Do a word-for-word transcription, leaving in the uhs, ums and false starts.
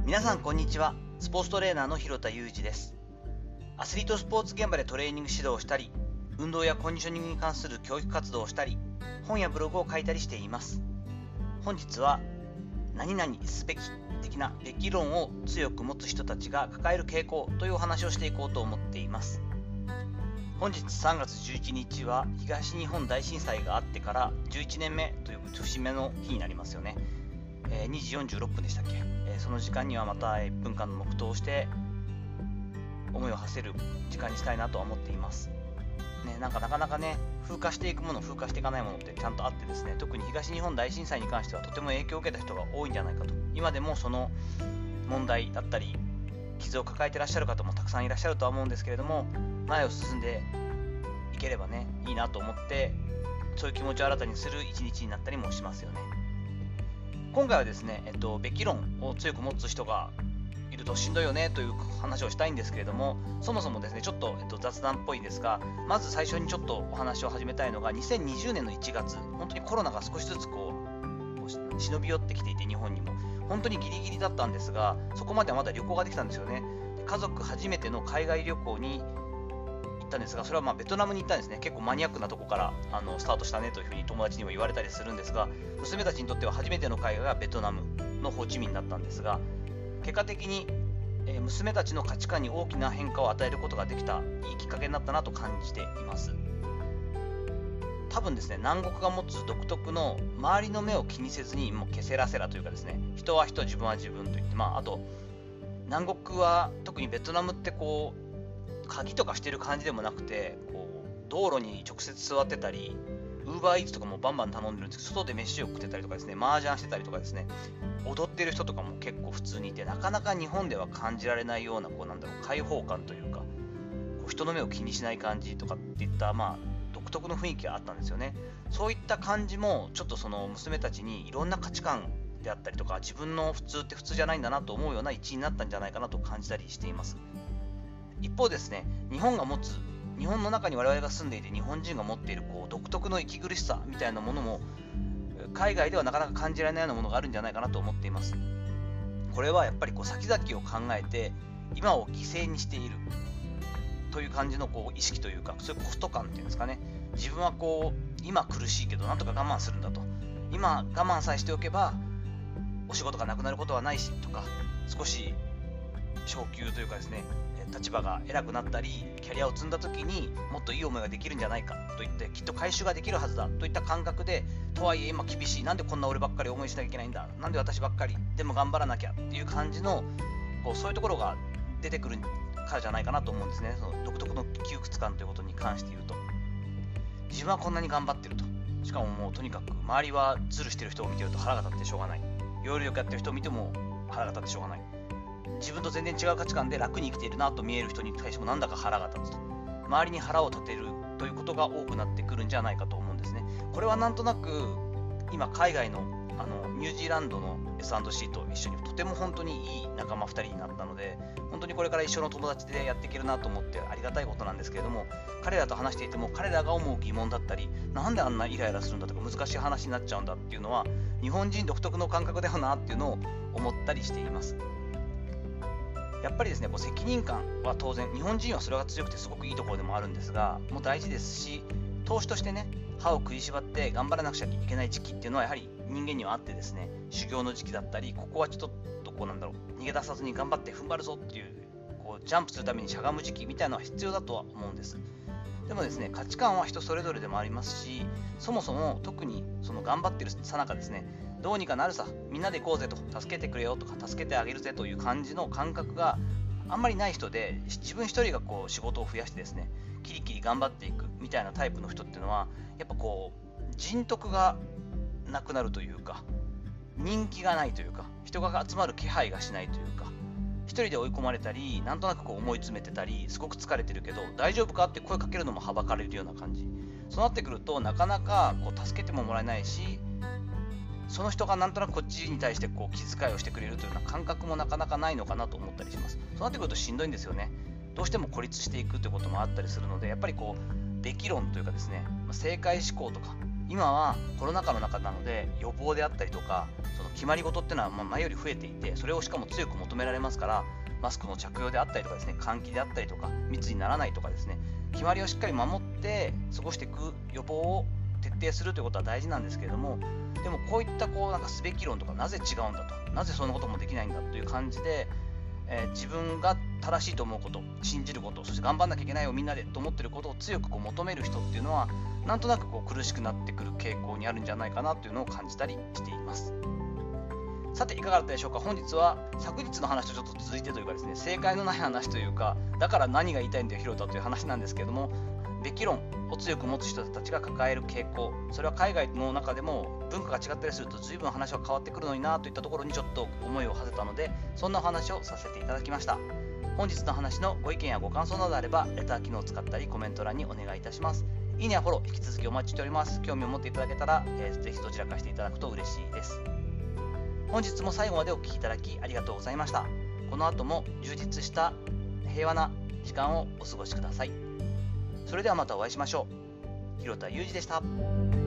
皆さんこんにちは。スポーツトレーナーの広田裕二です。アスリートスポーツ現場でトレーニング指導をしたり、運動やコンディショニングに関する教育活動をしたり、本やブログを書いたりしています。本日は何々すべき的なべき論を強く持つ人たちが抱える傾向というお話をしていこうと思っています。本日さんがつじゅういちにちは東日本大震災があってからじゅういちねんめという節目の日になりますよね。えー、にじよんじゅうろっぷんでしたっけ、えー、その時間にはまたいっぷんかんの黙祷をして思いを馳せる時間にしたいなとは思っています。ね、なんかなかなかね、風化していくもの、風化していかないものってちゃんとあってですね、特に東日本大震災に関してはとても影響を受けた人が多いんじゃないかと。今でもその問題だったり傷を抱えていらっしゃる方もたくさんいらっしゃるとは思うんですけれども、前を進んでいければね、いいなと思って、そういう気持ちを新たにする一日になったりもしますよね。今回はですね、えっと、べき論を強く持つ人がいるとしんどいよねという話をしたいんですけれども、そもそもですね、ちょっと、えっと、雑談っぽいんですが、まず最初にちょっとお話を始めたいのが、にせんにじゅうねんのいちがつ、本当にコロナが少しずつこう忍び寄ってきていて、日本にも本当にギリギリだったんですが、そこまではまだ旅行ができたんですよね。で、家族初めての海外旅行に行ったんですが、それはまあベトナムに行ったんですね。結構マニアックなとこからあのスタートしたねというふうに友達にも言われたりするんですが、娘たちにとっては初めての海外がベトナムのホーチミンだったんですが、結果的に、えー、娘たちの価値観に大きな変化を与えることができたいいきっかけになったなと感じています。多分ですね、南国が持つ独特の周りの目を気にせずにもうケセラセラというかですね、人は人、自分は自分といって、まああと南国は特にベトナムってこう鍵とかしてる感じでもなくて、こう道路に直接座ってたり、ウーバーイーツとかもバンバン頼んでるんですけど、外で飯を食ってたりとかですね、麻雀してたりとかですね、踊ってる人とかも結構普通にいて、なかなか日本では感じられないようなこうなんだろう開放感というか、こう人の目を気にしない感じとかっていったまあ独特の雰囲気があったんですよね。そういった感じもちょっとその娘たちにいろんな価値観であったりとか、自分の普通って普通じゃないんだなと思うような一因になったんじゃないかなと感じたりしています。一方ですね、日本が持つ、日本の中に我々が住んでいて日本人が持っているこう独特の息苦しさみたいなものも海外ではなかなか感じられないようなものがあるんじゃないかなと思っています。これはやっぱりこう先々を考えて今を犠牲にしているという感じのこう意識というか、そういうコスト感っていうんですかね。自分はこう今苦しいけどなんとか我慢するんだと、今我慢さえしておけばお仕事がなくなることはないしとか、少し昇給というかですね、立場が偉くなったりキャリアを積んだ時にもっといい思いができるんじゃないかといって、きっと回収ができるはずだといった感覚で、とはいえ今厳しい、なんでこんな俺ばっかり思いしなきゃいけないんだ、なんで私ばっかりでも頑張らなきゃっていう感じのこうそういうところが出てくるからじゃないかなと思うんですね。その独特の窮屈感ということに関して言うと、自分はこんなに頑張ってると、しかももうとにかく周りはズルしてる人を見てると腹が立ってしょうがない、要領よくやってる人を見ても腹が立ってしょうがない、自分と全然違う価値観で楽に生きているなと見える人に対してもなんだか腹が立つと、周りに腹を立てるということが多くなってくるんじゃないかと思うんですね。これはなんとなく今海外のあのニュージーランドの エスアンドシー と一緒にとても本当にいい仲間ふたりになったので、本当にこれから一緒の友達でやっていけるなと思ってありがたいことなんですけれども、彼らと話していても彼らが思う疑問だったり、なんであんなイライラするんだとか難しい話になっちゃうんだっていうのは日本人独特の感覚だよなっていうのを思ったりしています。やっぱりですね、こう責任感は当然日本人はそれが強くてすごくいいところでもあるんですが、もう大事ですし、投資としてね、歯を食いしばって頑張らなくちゃいけない時期っていうのはやはり人間にはあってですね、修行の時期だったり、ここはちょっとこうなんだろう逃げ出さずに頑張って踏ん張るぞっていう、こうジャンプするためにしゃがむ時期みたいなのは必要だとは思うんです。でもですね、価値観は人それぞれでもありますし、そもそも特にその頑張ってるさなかですね、どうにかなるさ、みんなで行こうぜと、助けてくれよとか助けてあげるぜという感じの感覚があんまりない人で、自分一人がこう仕事を増やしてですね、キリキリ頑張っていくみたいなタイプの人っていうのは、やっぱこう人徳がなくなるというか、人気がないというか、人が集まる気配がしないというか、一人で追い込まれたり、なんとなくこう思い詰めてたり、すごく疲れてるけど大丈夫かって声かけるのもはばかれるような感じ。そうなってくるとなかなかこう助けてももらえないし、その人がなんとなくこっちに対してこう気遣いをしてくれるというような感覚もなかなかないのかなと思ったりします。そうなってくるとしんどいんですよね。どうしても孤立していくということもあったりするので、やっぱりこうべき論というかですね、正解思考とか今はコロナ禍の中なので、予防であったりとかその決まり事っていうのはまあ前より増えていて、それをしかも強く求められますから、マスクの着用であったりとかですね、換気であったりとか密にならないとかですね、決まりをしっかり守って過ごしていく予防を徹底するということは大事なんですけれども、でもこういったこうなんかすべき論とか、なぜ違うんだと、なぜそんなこともできないんだという感じで、えー自分が正しいと思うこと、信じること、そして頑張んなきゃいけないよみんなでと思っていることを強くこう求める人っていうのは、なんとなくこう苦しくなってくる傾向にあるんじゃないかなというのを感じたりしています。さていかがだったでしょうか。本日は昨日の話とちょっと続いてというかですね、正解のない話というか、だから何が言いたいんだよ広田という話なんですけれども、べき論を強く持つ人たちが抱える傾向、それは海外の中でも文化が違ったりすると随分話は変わってくるのになといったところにちょっと思いを馳せたので、そんなお話をさせていただきました。本日の話のご意見やご感想などあれば、レター機能を使ったりコメント欄にお願いいたします。いいねやフォロー引き続きお待ちしております。興味を持っていただけたら、えーぜひどちらかしていただくと嬉しいです。本日も最後までお聞きいただきありがとうございました。この後も充実した平和な時間をお過ごしください。それではまたお会いしましょう。広田裕二でした。